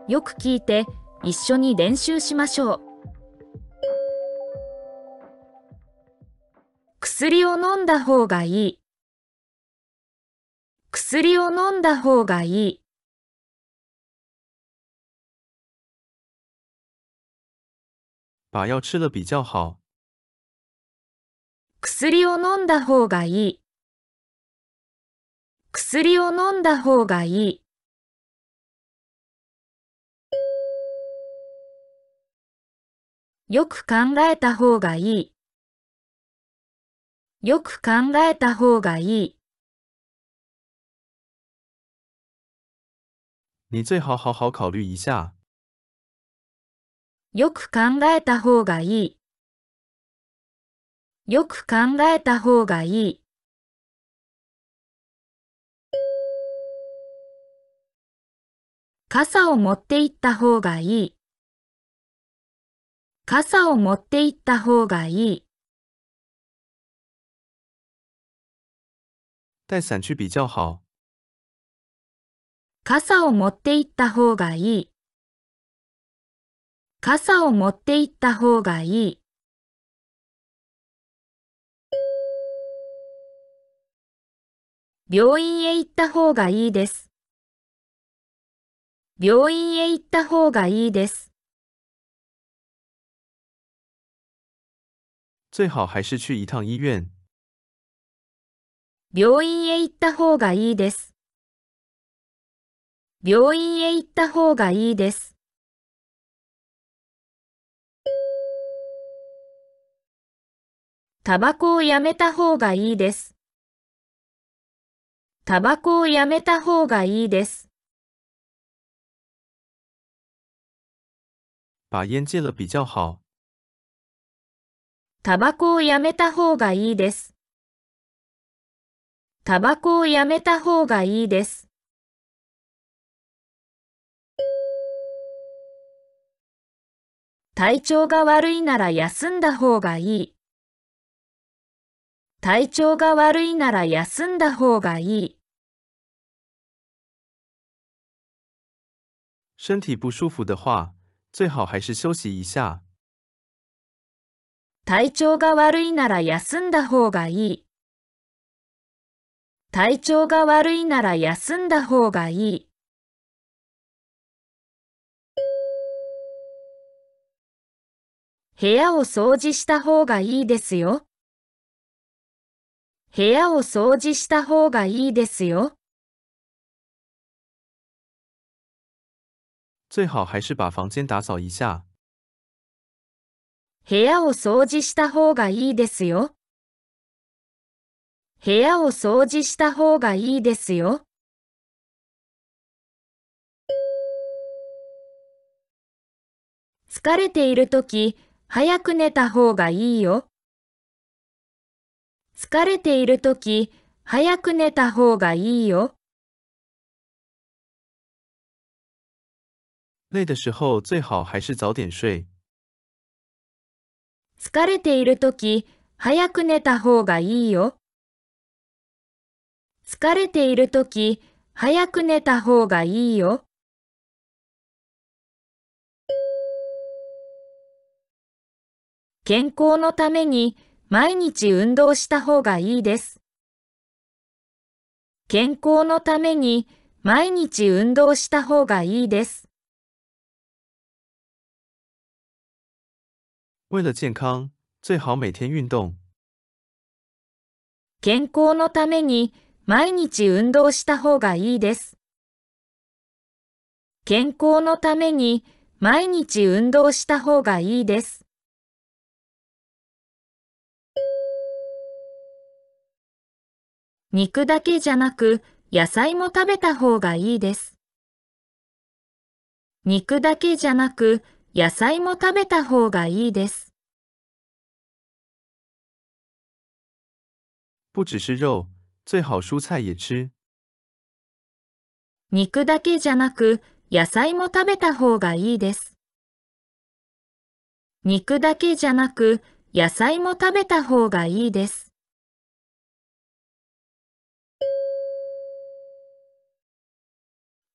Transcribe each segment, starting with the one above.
よく聞いて、一緒に練習しましょう。薬を飲んだ方がいい。薬を飲んだ方がいい。 把药吃了比较好。 薬を飲んだ方がいい。薬を飲んだ方がいい。よく考えた方がいい。よく考えた方がいい。 你最好好好考虑一下。 よく考えた方がいい。よく考えた方がいい。傘を持って行った方がいい。傘を持って行った方がいい。 带伞去比较好。 傘を持って行った方がいい。傘を持って行った方がいい。病院へ行った方がいいです。病院へ行った方がいいです。 最好还是去一趟医院。 病院へ行った方がいいです。病院へ行った方がいいです。タバコをやめた方がいいです。タバコをやめた方がいいです。 把烟戒了比较好。 タバコをやめた方がいいです。タバコをやめた方がいいです。体調が悪いなら休んだ方がいい。体調が悪いなら休んだ方がいい。 身体不舒服的话，最好还是休息一下。 体調が悪いなら休んだ方がいい。体調が悪いなら休んだ方がいい。部屋を掃除した方がいいですよ。部屋を掃除した方がいいですよ。 最好还是把房间打扫一下。 部屋を掃除した方がいいですよ。部屋を掃除した方がいいですよ。疲れているとき、早く寝た方がいいよ。疲れているとき、早く寝た方がいいよ。 累的时候最好还是早点睡。 疲れているとき、早く寝た方がいいよ。疲れているとき、早く寝た方がいいよ。健康のために毎日運動した方がいいです。健康のために毎日運動した方がいいです。 为了健康，最好每天运动。 健康のために毎日運動した方がいいです。健康のために毎日運動した方がいいです。肉だけじゃなく野菜も食べた方がいいです。肉だけじゃなく野菜も食べた方がいいです。 不只是肉，最好蔬菜也吃。 肉だけじゃなく野菜も食べた方がいいです。肉だけじゃなく野菜も食べた方がいいです。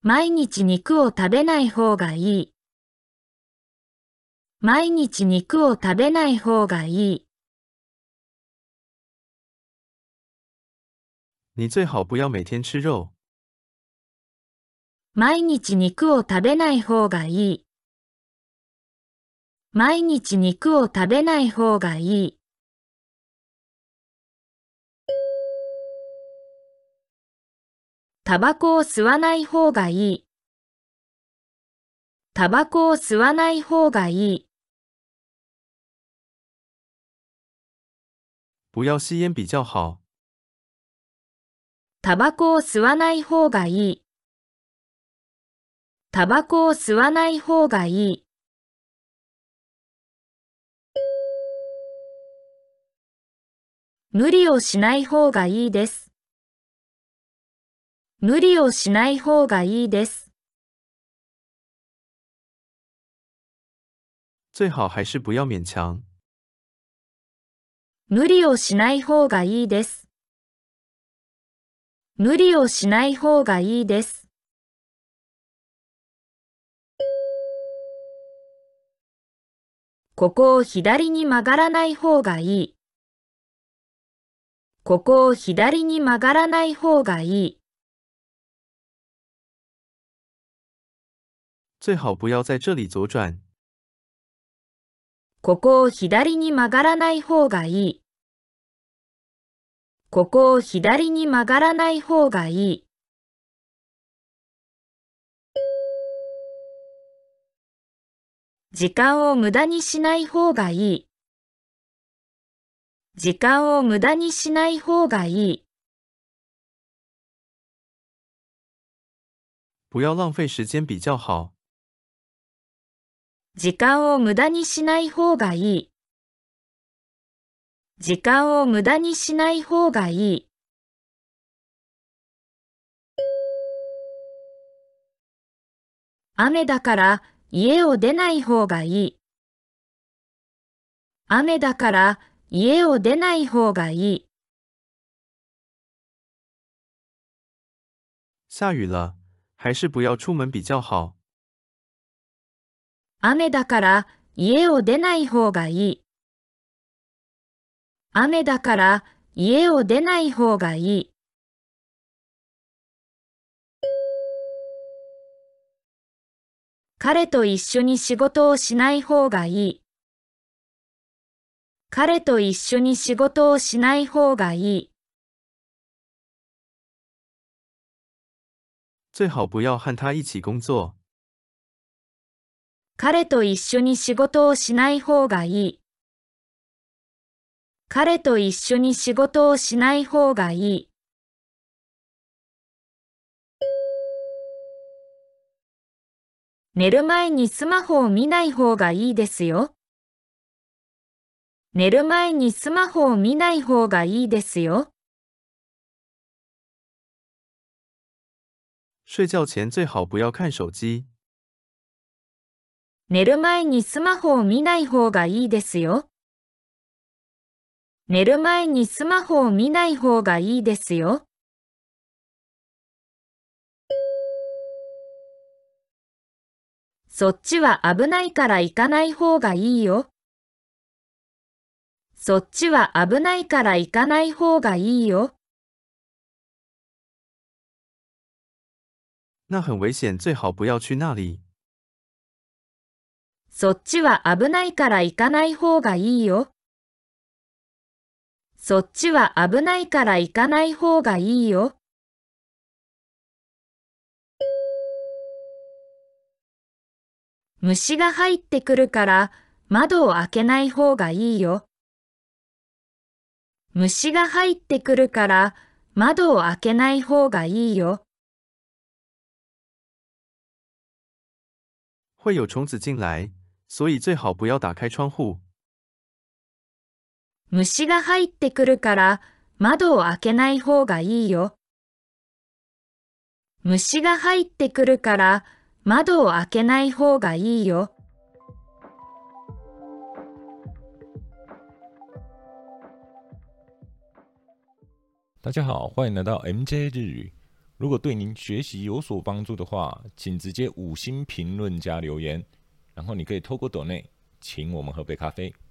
毎日肉を食べない方がいい。毎日肉を食べない方がいい。 你最好不要每天吃肉。 毎日肉を食べない方がいい。毎日肉を食べない方がいい。タバコを吸わない方がいい。タバコを吸わない方がいい。 不要吸烟比较好。 タバコを吸わない方がいい。タバコを吸わない方がいい。無理をしない方がいいです。無理をしない方がいいです。 最好还是不要勉强。 無理をしない方がいいです。無理をしない方がいいです。ここを左に曲がらない方がいい。ここを左に曲がらない方がいい。 最好不要在这里左转。 ここを左に曲がらない方がいい。ここを左に曲がらない方がいい。時間を無駄にしない方がいい。時間を無駄にしない方がいい。 不要浪费时间比较好。 時間を無駄にしない方がいい。時間を無駄にしない方がいい。雨だから家を出ない方がいい。雨だから家を出ない方がいい。 下雨了，还是不要出门比较好。 雨だから家を出ない方がいい。雨だから家を出ない方がいい。彼と一緒に仕事をしない方がいい。彼と一緒に仕事をしない方がいい。 最好不要和他一起工作。 彼と一緒に仕事をしない方がいい。彼と一緒に仕事をしない方がいい。寝る前にスマホを見ない方がいいですよ。寝る前にスマホを見ない方がいいですよ。 睡觉前最好不要看手机。 寝る前にスマホを見ない方がいいですよ。寝る前にスマホを見ない方がいいですよ。そっちは危ないから行かない方がいいよ。そっちは危ないから行かない方がいいよ。 那很危险，最好不要去那里。 そっちは危ないから行かない方がいいよ。そっちは危ないから行かない方がいいよ。虫が入ってくるから窓を開けない方がいいよ。虫が入ってくるから窓を開けない方がいいよ。 会有虫子进来，所以最好不要打开窗户。 虫が入ってくるから窓を開けない方がいいよ。虫が入ってくるから窓を開けない方がいいよ。 大家好，欢迎来到 MJ 日语。 如果对您学习有所帮助的话，请直接5星评论加留言，然后你可以透过抖内请我们喝杯咖啡。